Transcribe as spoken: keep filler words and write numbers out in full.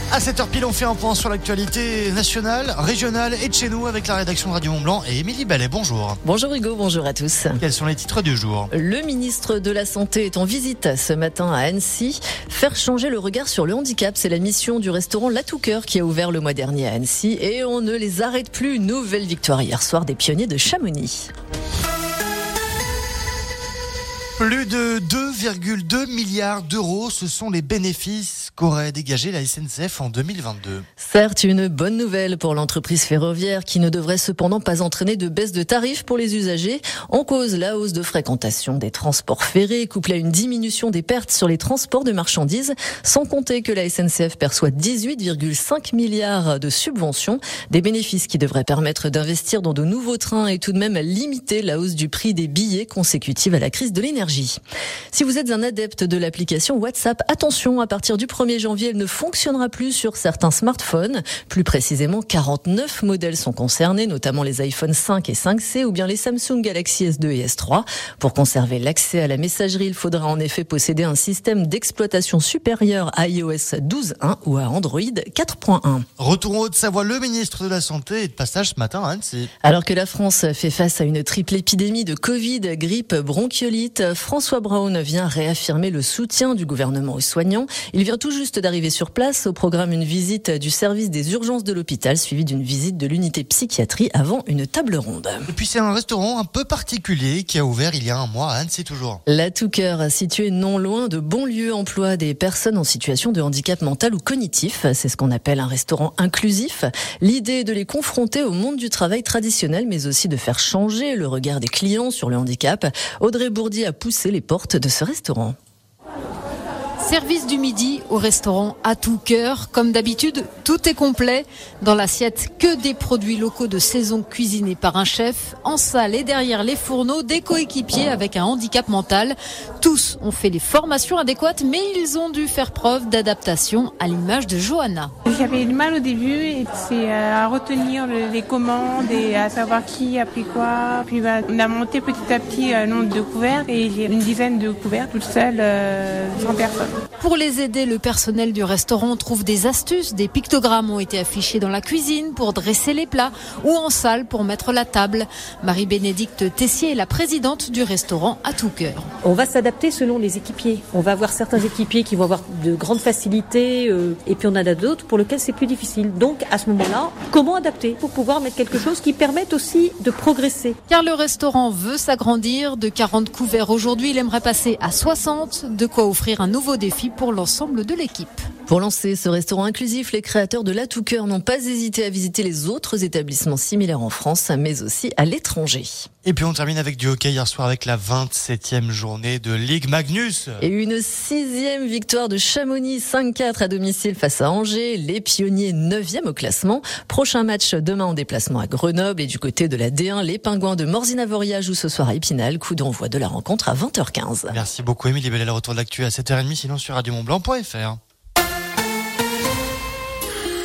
À sept heures pile, on fait un point sur l'actualité nationale, régionale et de chez nous avec la rédaction de Radio Mont-Blanc et Émilie Ballet. Bonjour. Bonjour Hugo, bonjour à tous. Quels sont les titres du jour ? Le ministre de la Santé est en visite ce matin à Annecy. Faire changer le regard sur le handicap, c'est la mission du restaurant La Touqueur qui a ouvert le mois dernier à Annecy. Et on ne les arrête plus. Nouvelle victoire hier soir des pionniers de Chamonix. Plus de deux virgule deux milliards d'euros, ce sont les bénéfices qu'aurait dégagé la S N C F en deux mille vingt-deux. Certes, une bonne nouvelle pour l'entreprise ferroviaire qui ne devrait cependant pas entraîner de baisse de tarifs pour les usagers. En cause, la hausse de fréquentation des transports ferrés couplée à une diminution des pertes sur les transports de marchandises, sans compter que la S N C F perçoit dix-huit virgule cinq milliards de subventions, des bénéfices qui devraient permettre d'investir dans de nouveaux trains et tout de même limiter la hausse du prix des billets consécutive à la crise de l'énergie. Si vous êtes un adepte de l'application WhatsApp, attention, à partir du premier janvier, elle ne fonctionnera plus sur certains smartphones. Plus précisément, quarante-neuf modèles sont concernés, notamment les iPhone cinq et cinq C ou bien les Samsung Galaxy S deux et S trois. Pour conserver l'accès à la messagerie, il faudra en effet posséder un système d'exploitation supérieur à i O S douze point un ou à Android quatre point un. Retour en Haute-Savoie, le ministre de la Santé est de passage ce matin à Annecy. Alors que la France fait face à une triple épidémie de Covid, grippe, bronchiolite, François Braun vient réaffirmer le soutien du gouvernement aux soignants. Il vient tout juste d'arriver sur place. Au programme, une visite du service des urgences de l'hôpital, suivie d'une visite de l'unité psychiatrie avant une table ronde. Et puis c'est un restaurant un peu particulier qui a ouvert il y a un mois à Annecy toujours. La Touqueur, située non loin de Bonlieu, emploie des personnes en situation de handicap mental ou cognitif. C'est ce qu'on appelle un restaurant inclusif. L'idée est de les confronter au monde du travail traditionnel, mais aussi de faire changer le regard des clients sur le handicap. Audrey Bourdier a poussé les portes de ce restaurant. Service du midi au restaurant À Touqueur. Comme d'habitude, tout est complet. Dans l'assiette, que des produits locaux de saison cuisinés par un chef. En salle et derrière les fourneaux, des coéquipiers avec un handicap mental. Tous ont fait les formations adéquates, mais ils ont dû faire preuve d'adaptation à l'image de Johanna. J'avais du mal au début, et c'est à retenir les commandes et à savoir qui a pris quoi. Puis bah, on a monté petit à petit un nombre de couverts et j'ai une dizaine de couverts toute seule, euh, sans personne. Pour les aider, le personnel du restaurant trouve des astuces. Des pictogrammes ont été affichés dans la cuisine pour dresser les plats ou en salle pour mettre la table. Marie-Bénédicte Tessier est la présidente du restaurant À Touqueur. On va s'adapter selon les équipiers. On va avoir certains équipiers qui vont avoir de grandes facilités euh, et puis on en a d'autres pour lesquels c'est plus difficile. Donc à ce moment-là, comment adapter pour pouvoir mettre quelque chose qui permette aussi de progresser. Car le restaurant veut s'agrandir. De quarante couverts aujourd'hui, il aimerait passer à soixante. De quoi offrir un nouveau défi pour l'ensemble de l'équipe. Pour lancer ce restaurant inclusif, les créateurs de La Touqueur n'ont pas hésité à visiter les autres établissements similaires en France, mais aussi à l'étranger. Et puis on termine avec du hockey hier soir avec la vingt-septième journée de Ligue Magnus. Et une sixième victoire de Chamonix, cinq quatre à domicile face à Angers. Les pionniers neuvième au classement. Prochain match demain en déplacement à Grenoble. Et du côté de la D un, les Pingouins de Morzine-Avoria jouent ce soir à Épinal. Coup d'envoi de la rencontre à vingt heures quinze. Merci beaucoup Émilie Bellet, le retour de l'actu à sept heures trente, sinon sur radio mont blanc point f r.